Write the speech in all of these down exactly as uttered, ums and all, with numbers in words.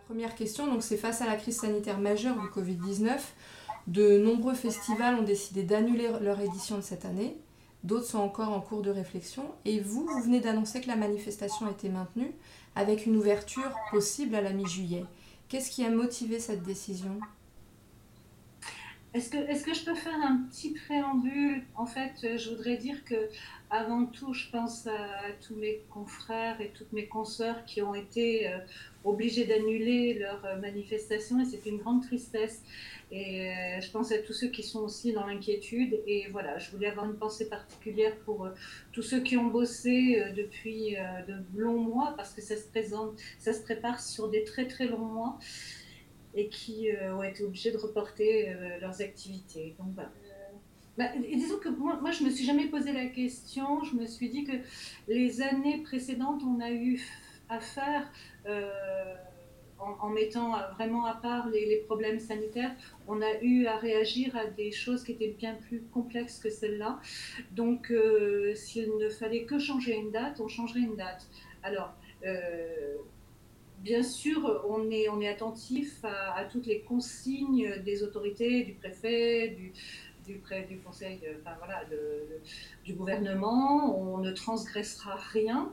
Première question, donc c'est face à la crise sanitaire majeure du covid dix-neuf. De nombreux festivals ont décidé d'annuler leur édition de cette année. D'autres sont encore en cours de réflexion. Et vous, vous venez d'annoncer que la manifestation a été maintenue avec une ouverture possible à la mi-juillet. Qu'est-ce qui a motivé cette décision ? Est-ce que, est-ce que je peux faire un petit préambule? En fait, euh, je voudrais dire que, avant tout, je pense à, à tous mes confrères et toutes mes consoeurs qui ont été euh, obligés d'annuler leur euh, manifestation, et c'est une grande tristesse. Et euh, je pense à tous ceux qui sont aussi dans l'inquiétude. Et voilà, je voulais avoir une pensée particulière pour euh, tous ceux qui ont bossé euh, depuis euh, de longs mois, parce que ça se présente, ça se prépare sur des très très longs mois, et qui euh, ont été obligés de reporter euh, leurs activités. Donc, voilà. Bah, et disons que moi, moi, je ne me suis jamais posé la question. Je me suis dit que les années précédentes, on a eu à faire, euh, en, en mettant vraiment à part les, les problèmes sanitaires, on a eu à réagir à des choses qui étaient bien plus complexes que celles-là. Donc, euh, s'il ne fallait que changer une date, on changerait une date. Alors, euh, bien sûr, on est, on est attentif à, à toutes les consignes des autorités, du préfet, du, du, pré, du conseil, de, enfin, voilà, de, de, du gouvernement. On ne transgressera rien.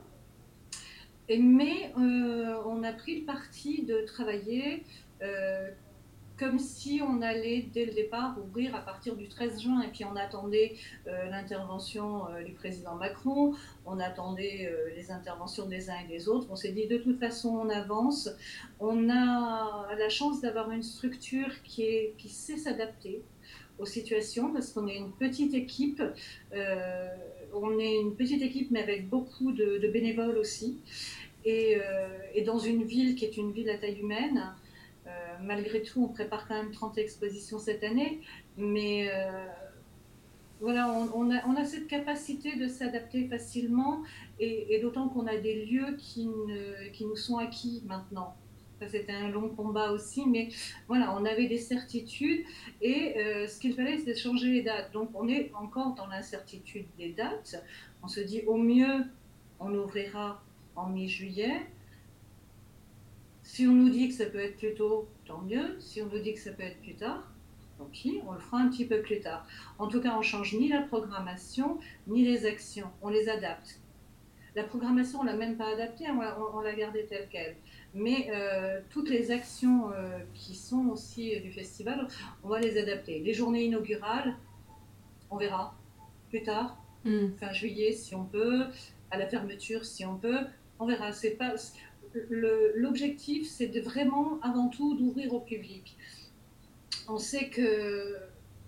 Et, mais euh, on a pris le parti de travailler euh, comme si on allait dès le départ ouvrir à partir du treize juin, et puis on attendait euh, l'intervention euh, du président Macron, on attendait euh, les interventions des uns et des autres. On s'est dit de toute façon on avance, on a la chance d'avoir une structure qui, est, qui sait s'adapter aux situations, parce qu'on est une petite équipe, euh, on est une petite équipe mais avec beaucoup de, de bénévoles aussi, et, euh, et dans une ville qui est une ville à taille humaine. Euh, malgré tout, on prépare quand même trente expositions cette année, mais euh, voilà, on, on, a, on a cette capacité de s'adapter facilement, et, et d'autant qu'on a des lieux qui, ne, qui nous sont acquis maintenant. Ça, c'était un long combat aussi, mais voilà, on avait des certitudes, et euh, ce qu'il fallait, c'était changer les dates. Donc, on est encore dans l'incertitude des dates. On se dit, au mieux, on ouvrira en mi-juillet. Si on nous dit que ça peut être plus tôt, tant mieux. Si on nous dit que ça peut être plus tard, tant pis, on le fera un petit peu plus tard. En tout cas, on ne change ni la programmation, ni les actions. On les adapte. La programmation, on ne l'a même pas adaptée, on l'a, on l'a gardée telle qu'elle. Mais euh, toutes les actions euh, qui sont aussi du festival, on va les adapter. Les journées inaugurales, on verra plus tard, mm. fin juillet si on peut, à la fermeture si on peut, on verra. C'est pas... Le, l'objectif, c'est de vraiment, avant tout, d'ouvrir au public. On sait que...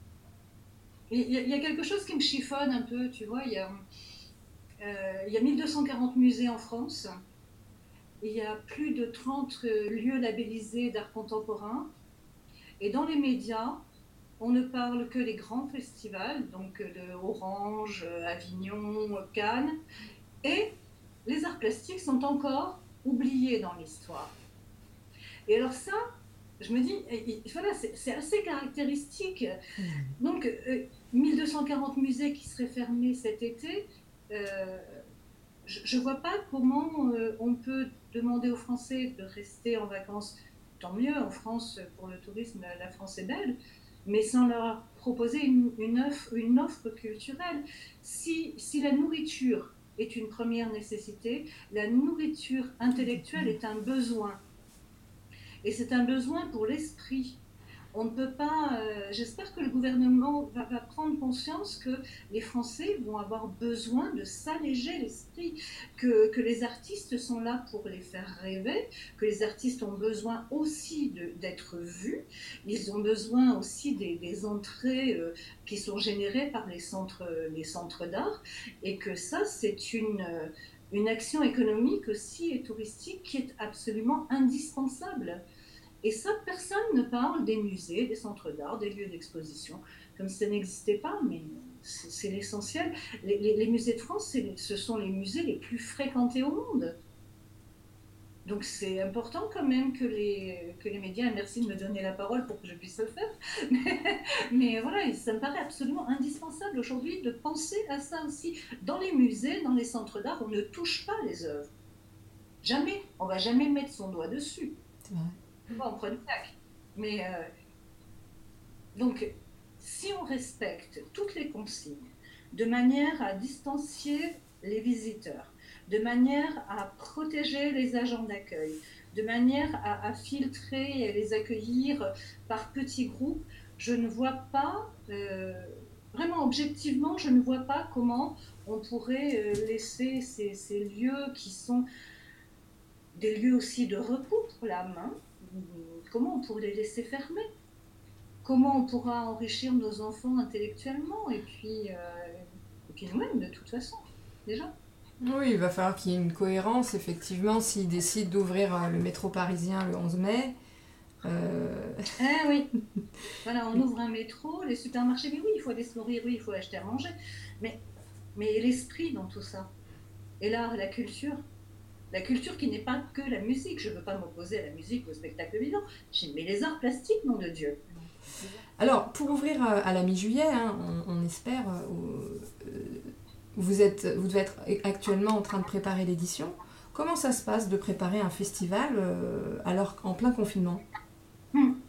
Il y, a, il y a quelque chose qui me chiffonne un peu, tu vois, il y a, euh, il y a mille deux cent quarante musées en France, il y a plus de trente lieux labellisés d'art contemporain, et dans les médias, on ne parle que des grands festivals, donc de Orange, Avignon, Cannes, et les arts plastiques sont encore oubliés dans l'histoire. Et alors ça, je me dis, voilà, c'est, c'est assez caractéristique. Donc, euh, mille deux cent quarante musées qui seraient fermés cet été, euh, je ne vois pas comment euh, on peut demander aux Français de rester en vacances. Tant mieux, en France, pour le tourisme, la France est belle, mais sans leur proposer une, une, offre, une offre culturelle. Si, si la nourriture est une première nécessité, la nourriture intellectuelle est un besoin. Et c'est un besoin pour l'esprit. On ne peut pas... Euh, j'espère que le gouvernement va, va prendre conscience que les Français vont avoir besoin de s'alléger l'esprit, que, que les artistes sont là pour les faire rêver, que les artistes ont besoin aussi de, d'être vus, ils ont besoin aussi des, des entrées euh, qui sont générées par les centres, les centres d'art, et que ça, c'est une... Euh, une action économique aussi et touristique qui est absolument indispensable. Et ça, personne ne parle des musées, des centres d'art, des lieux d'exposition, comme si ça n'existait pas, mais c'est, c'est l'essentiel. Les, les, les musées de France, c'est, ce sont les musées les plus fréquentés au monde. Donc c'est important quand même que les, que les médias, merci de me donner la parole pour que je puisse le faire, mais, mais voilà, ça me paraît absolument indispensable aujourd'hui de penser à ça aussi. Dans les musées, dans les centres d'art, on ne touche pas les œuvres. Jamais, on ne va jamais mettre son doigt dessus. C'est vrai. on prend une claque. Mais euh, donc, si on respecte toutes les consignes, de manière à distancier les visiteurs, de manière à protéger les agents d'accueil, de manière à, à filtrer et à les accueillir par petits groupes, je ne vois pas, euh, vraiment objectivement, je ne vois pas comment on pourrait euh, laisser ces, ces lieux qui sont des lieux aussi de repos pour l'âme, hein, comment on pourrait les laisser fermer? Comment on pourra enrichir nos enfants intellectuellement et puis, euh, et puis nous-mêmes de toute façon, déjà. Oui, il va falloir qu'il y ait une cohérence, effectivement, s'ils décident d'ouvrir euh, le métro parisien le onze mai. euh, Ah oui, voilà, on ouvre un métro, les supermarchés, mais oui, il faut aller se nourrir, oui, il faut acheter à manger. Mais, mais l'esprit dans tout ça, et l'art, la culture, la culture qui n'est pas que la musique, je ne veux pas m'opposer à la musique, au spectacle vivant, mais les arts plastiques, nom de Dieu. Alors, pour ouvrir euh, à la mi-juillet, hein, on, on espère, euh, vous, êtes, vous devez être actuellement en train de préparer l'édition. Comment ça se passe de préparer un festival euh, alors en plein confinement? Hmm.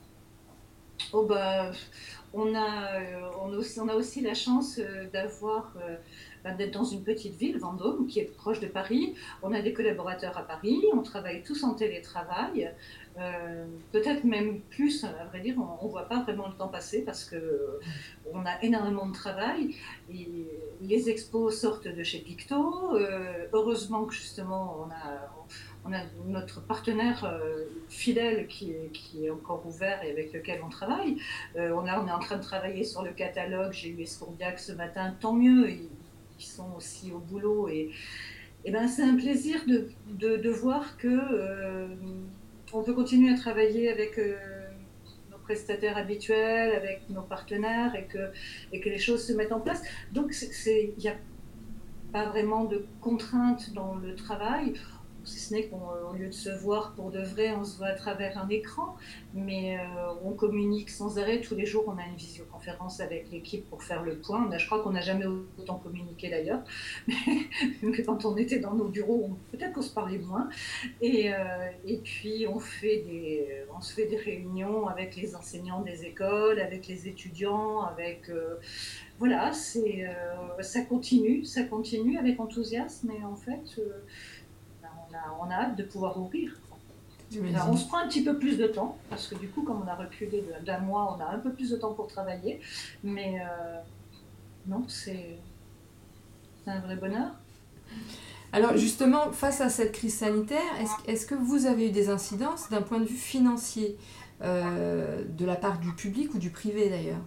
Oh bah, on a, euh, on a aussi, on a aussi la chance euh, d'avoir, euh, bah, d'être dans une petite ville, Vendôme, qui est proche de Paris. On a des collaborateurs à Paris, on travaille tous en télétravail, euh, peut-être même plus, à vrai dire, on ne voit pas vraiment le temps passer parce que euh, on a énormément de travail. Et les expos sortent de chez Picto. Euh, heureusement que justement, on a, on a notre partenaire euh, fidèle qui est, qui est encore ouvert et avec lequel on travaille. Euh, on, a, on est en train de travailler sur le catalogue. J'ai eu Escourdiac ce matin, tant mieux. Ils, ils sont aussi au boulot. Et, et ben, c'est un plaisir de, de, de voir que euh, on peut continuer à travailler avec euh, nos prestataires habituels, avec nos partenaires et que, et que les choses se mettent en place. Donc, il n'y a pas vraiment de contraintes dans le travail, si ce n'est qu'au lieu de se voir pour de vrai, on se voit à travers un écran, mais euh, on communique sans arrêt. Tous les jours, on a une visioconférence avec l'équipe pour faire le point. On a, je crois qu'on n'a jamais autant communiqué d'ailleurs, mais que quand on était dans nos bureaux, peut-être qu'on se parlait moins. Et, euh, et puis, on, fait des, on se fait des réunions avec les enseignants des écoles, avec les étudiants, avec... Euh, voilà, c'est, euh, ça continue, ça continue avec enthousiasme, et en fait... Euh, on a, on a hâte de pouvoir ouvrir. Alors, on se prend un petit peu plus de temps, parce que du coup, comme on a reculé d'un mois, on a un peu plus de temps pour travailler. Mais euh, non, c'est un vrai bonheur. Alors justement, face à cette crise sanitaire, est-ce, est-ce que vous avez eu des incidences d'un point de vue financier euh, de la part du public ou du privé d'ailleurs?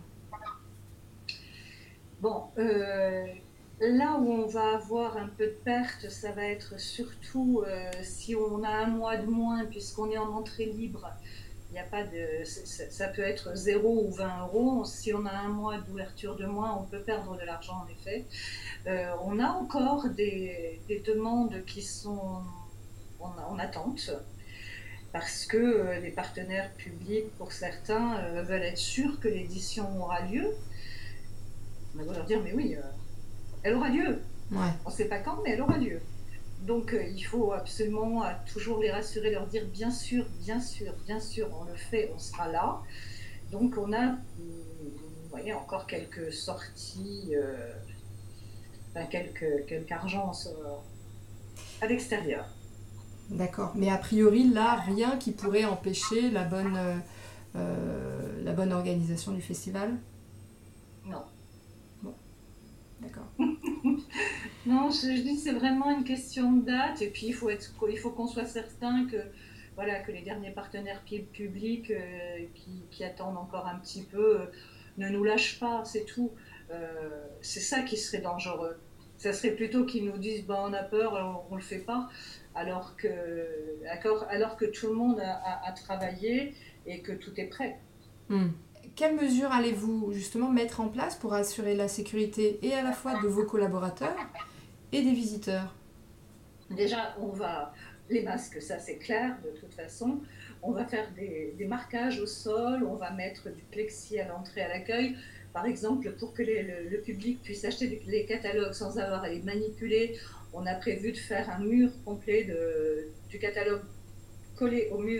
Bon, euh, là où on va avoir un peu de perte, ça va être surtout euh, si on a un mois de moins, puisqu'on est en entrée libre. Il n'y a pas de, ça peut être zéro ou vingt euros. Si on a un mois d'ouverture de moins, on peut perdre de l'argent en effet. Euh, on a encore des, des demandes qui sont en, en attente parce que euh, les partenaires publics, pour certains, euh, veulent être sûrs que l'édition aura lieu. On va leur dire, mais oui, euh, elle aura lieu. Ouais. On ne sait pas quand, mais elle aura lieu. Donc euh, il faut absolument euh, toujours les rassurer, leur dire, bien sûr, bien sûr, bien sûr, on le fait, on sera là. Donc on a, vous voyez, encore quelques sorties, euh, enfin, quelques, quelques argent à l'extérieur. D'accord. Mais a priori, là, rien qui pourrait empêcher la bonne, euh, euh, la bonne organisation du festival? Non. Bon, d'accord. Non, je, je dis c'est vraiment une question de date et puis il faut être, il faut qu'on soit certain que voilà que les derniers partenaires publics euh, qui, qui, attendent encore un petit peu euh, ne nous lâchent pas, c'est tout. Euh, c'est ça qui serait dangereux. Ça serait plutôt qu'ils nous disent bah, on a peur, on, on le fait pas, alors que alors, alors que tout le monde a, a, a travaillé et que tout est prêt. Hmm. Quelles mesures allez-vous justement mettre en place pour assurer la sécurité et à la fois de vos collaborateurs et des visiteurs? Déjà, on va les masques, ça c'est clair de toute façon. On va faire des, des marquages au sol, on va mettre du plexi à l'entrée à l'accueil. Par exemple, pour que les, le, le public puisse acheter les catalogues sans avoir à les manipuler, on a prévu de faire un mur complet de, du catalogue collé au mur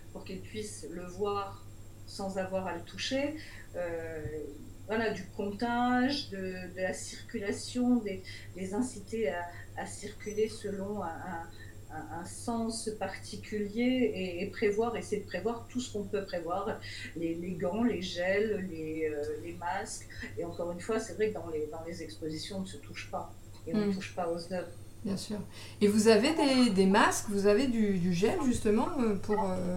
pour qu'ils puissent le voir sans avoir à le toucher. Euh, voilà, du comptage, de, de la circulation, des, les inciter à, à circuler selon un, un, un sens particulier et, et prévoir, essayer de prévoir tout ce qu'on peut prévoir, les, les gants, les gels, les, euh, les masques. Et encore une fois, c'est vrai que dans les, dans les expositions, on ne se touche pas et on ne Mmh. touche pas aux œuvres. Bien sûr. Et vous avez des, des masques, vous avez du, du gel justement euh, pour... euh,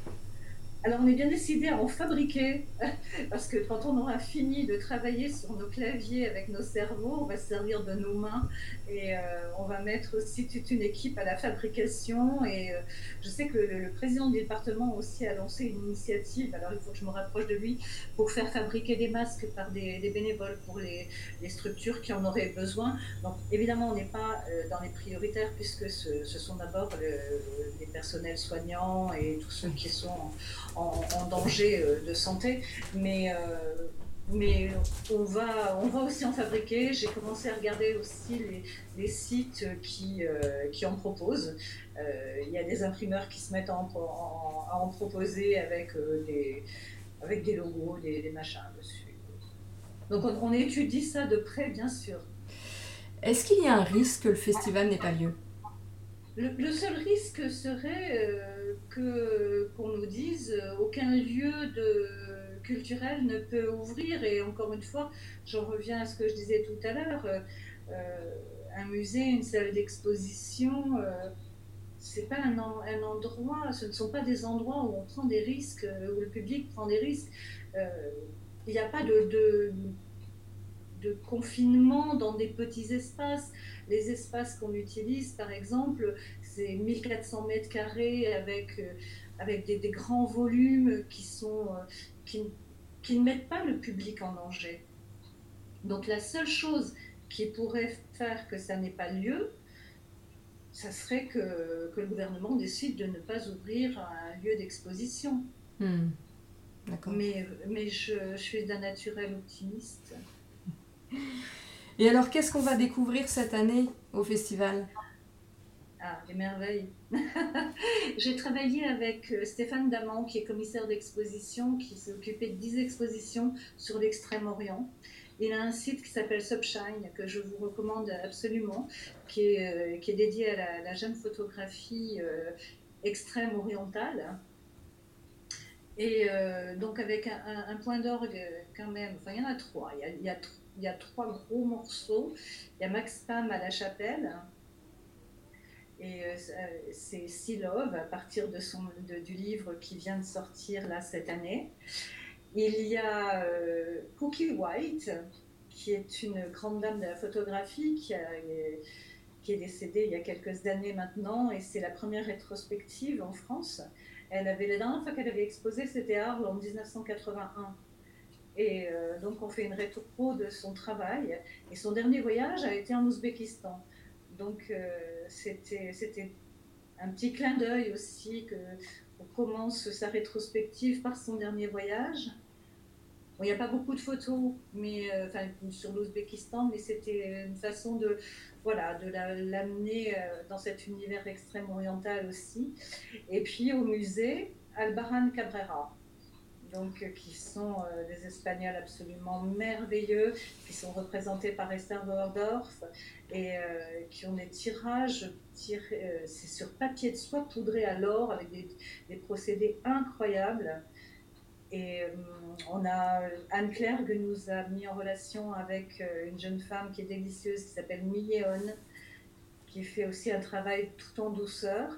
Alors, on est bien décidé à en fabriquer, parce que quand on aura fini de travailler sur nos claviers avec nos cerveaux, on va se servir de nos mains et euh, on va mettre aussi toute une équipe à la fabrication. Et euh, je sais que le, le président du département aussi a lancé une initiative, alors il faut que je me rapproche de lui, pour faire fabriquer des masques par des, des bénévoles pour les, les structures qui en auraient besoin. Donc, évidemment, on n'est pas euh, dans les prioritaires, puisque ce, ce sont d'abord le, les personnels soignants et tous ceux qui sont en, En, en danger de santé, mais, euh, mais on, va, on va aussi en fabriquer. J'ai commencé à regarder aussi les, les sites qui, euh, qui en proposent. Euh, il y a des imprimeurs qui se mettent à en, en, à en proposer avec, euh, des, avec des logos, des, des machins dessus. Donc on, on étudie ça de près, bien sûr. Est-ce qu'il y a un risque que le festival n'ait pas lieu? Le, le seul risque serait euh, que, qu'on nous dise euh, aucun lieu de, culturel ne peut ouvrir. Et encore une fois, j'en reviens à ce que je disais tout à l'heure, euh, euh, un musée, une salle d'exposition, euh, c'est pas un, un endroit, ce ne sont pas des endroits où on prend des risques, où le public prend des risques. Euh, il n'y a pas de, de de confinement dans des petits espaces. Les espaces qu'on utilise, par exemple, c'est mille quatre cents mètres carrés avec, euh, avec des, des grands volumes qui, sont, euh, qui, qui ne mettent pas le public en danger. Donc la seule chose qui pourrait faire que ça n'ait pas lieu, ça serait que, que le gouvernement décide de ne pas ouvrir un lieu d'exposition. Hmm. D'accord. Mais, mais je, je suis d'un naturel optimiste. Et alors, qu'est-ce qu'on va découvrir cette année au festival? Ah, des merveilles. J'ai travaillé avec Stéphane Damand, qui est commissaire d'exposition, qui s'est occupé de dix expositions sur l'Extrême-Orient. Il a un site qui s'appelle Subshine, que je vous recommande absolument, qui est, euh, qui est dédié à la, la jeune photographie euh, extrême-orientale. Et euh, donc avec un, un, un point d'orgue quand même, enfin il y en a trois, il y a, il y a, il y a trois gros morceaux. Il y a Max Pam à la Chapelle, et euh, c'est Sea Love à partir de son, de, du livre qui vient de sortir là cette année. Il y a euh, Cookie White, qui est une grande dame de la photographie qui, a, qui est décédée il y a quelques années maintenant, et c'est la première rétrospective en France. Elle avait, la dernière fois qu'elle avait exposé, c'était à Arles en dix-neuf cent quatre-vingt-un. Et euh, donc on fait une rétro de son travail. Et son dernier voyage a été en Ouzbékistan. Donc euh, c'était, c'était un petit clin d'œil aussi qu'on commence sa rétrospective par son dernier voyage. Bon, il n'y a pas beaucoup de photos mais, euh, enfin, sur l'Ouzbékistan, mais c'était une façon de, voilà, de la, l'amener euh, dans cet univers extrême oriental aussi. Et puis au musée, Albarrán Cabrera. Donc, euh, qui sont euh, des Espagnols absolument merveilleux, qui sont représentés par Esther Bauerdorf et euh, qui ont des tirages, tir, euh, c'est sur papier de soie poudré à l'or avec des, des procédés incroyables. Et euh, on a Anne Clergue nous a mis en relation avec euh, une jeune femme qui est délicieuse, qui s'appelle Milléon, qui fait aussi un travail tout en douceur.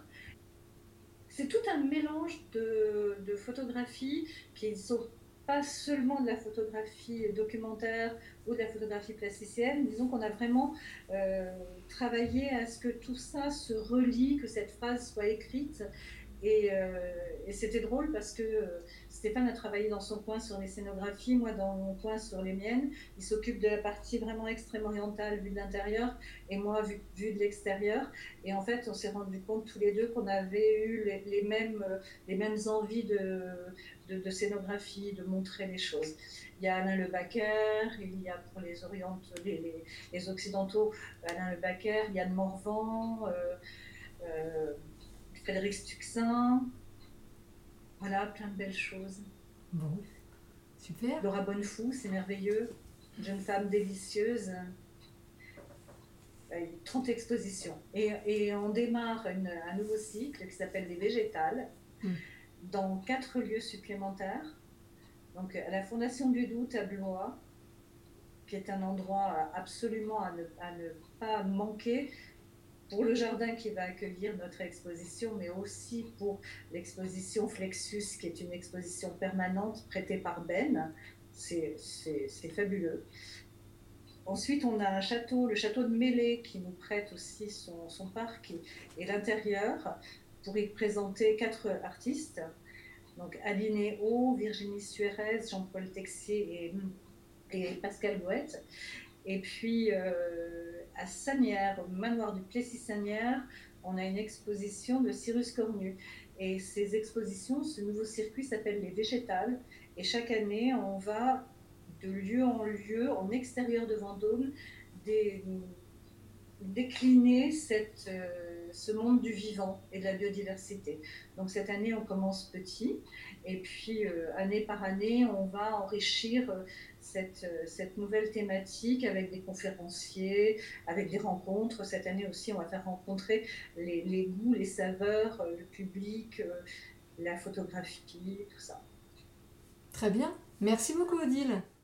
C'est tout un mélange de, de photographies qui ne sont pas seulement de la photographie documentaire ou de la photographie plasticienne. Disons qu'on a vraiment euh, travaillé à ce que tout ça se relie, que cette phrase soit écrite. Et, euh, et c'était drôle parce que euh, Stéphane a travaillé dans son coin sur les scénographies, moi dans mon coin sur les miennes. Il s'occupe de la partie vraiment extrême orientale vue de l'intérieur et moi vue, vue de l'extérieur. Et en fait, on s'est rendu compte tous les deux qu'on avait eu les, les, mêmes, les mêmes envies de, de, de scénographie, de montrer les choses. Il y a Alain Lebacker, il y a pour les, orient, les, les, les occidentaux Alain Lebacker, Yann Morvan, euh, euh, Frédéric Stuxin. Voilà, plein de belles choses. Bon, super. Laura Bonnefou, c'est merveilleux. Une jeune femme délicieuse. Euh, trente expositions. Et, et on démarre une, un nouveau cycle qui s'appelle Les Végétales, mm. dans quatre lieux supplémentaires. Donc à la Fondation du Doute à Blois, qui est un endroit absolument à ne, à ne pas manquer pour le jardin qui va accueillir notre exposition, mais aussi pour l'exposition Flexus, qui est une exposition permanente prêtée par Ben. C'est fabuleux. Ensuite, on a un château, le château de Mélé, qui nous prête aussi son, son parc et, et l'intérieur pour y présenter quatre artistes. Donc Aline Haut, Virginie Suérez, Jean-Paul Texier et, et Pascal Goët. Et puis euh, à Sanières, au manoir du Plessis-Sanières, on a une exposition de Cyrus Cornu. Et ces expositions, ce nouveau circuit s'appelle les Végétales. Et chaque année, on va de lieu en lieu, en extérieur de Vendôme, des, décliner cette, euh, ce monde du vivant et de la biodiversité. Donc cette année, on commence petit, et puis euh, année par année, on va enrichir euh, cette, euh, cette nouvelle thématique avec des conférenciers, avec des rencontres. Cette année aussi, on va faire rencontrer les, les goûts, les saveurs, euh, le public, euh, la photographie, tout ça. Très bien. Merci beaucoup, Odile.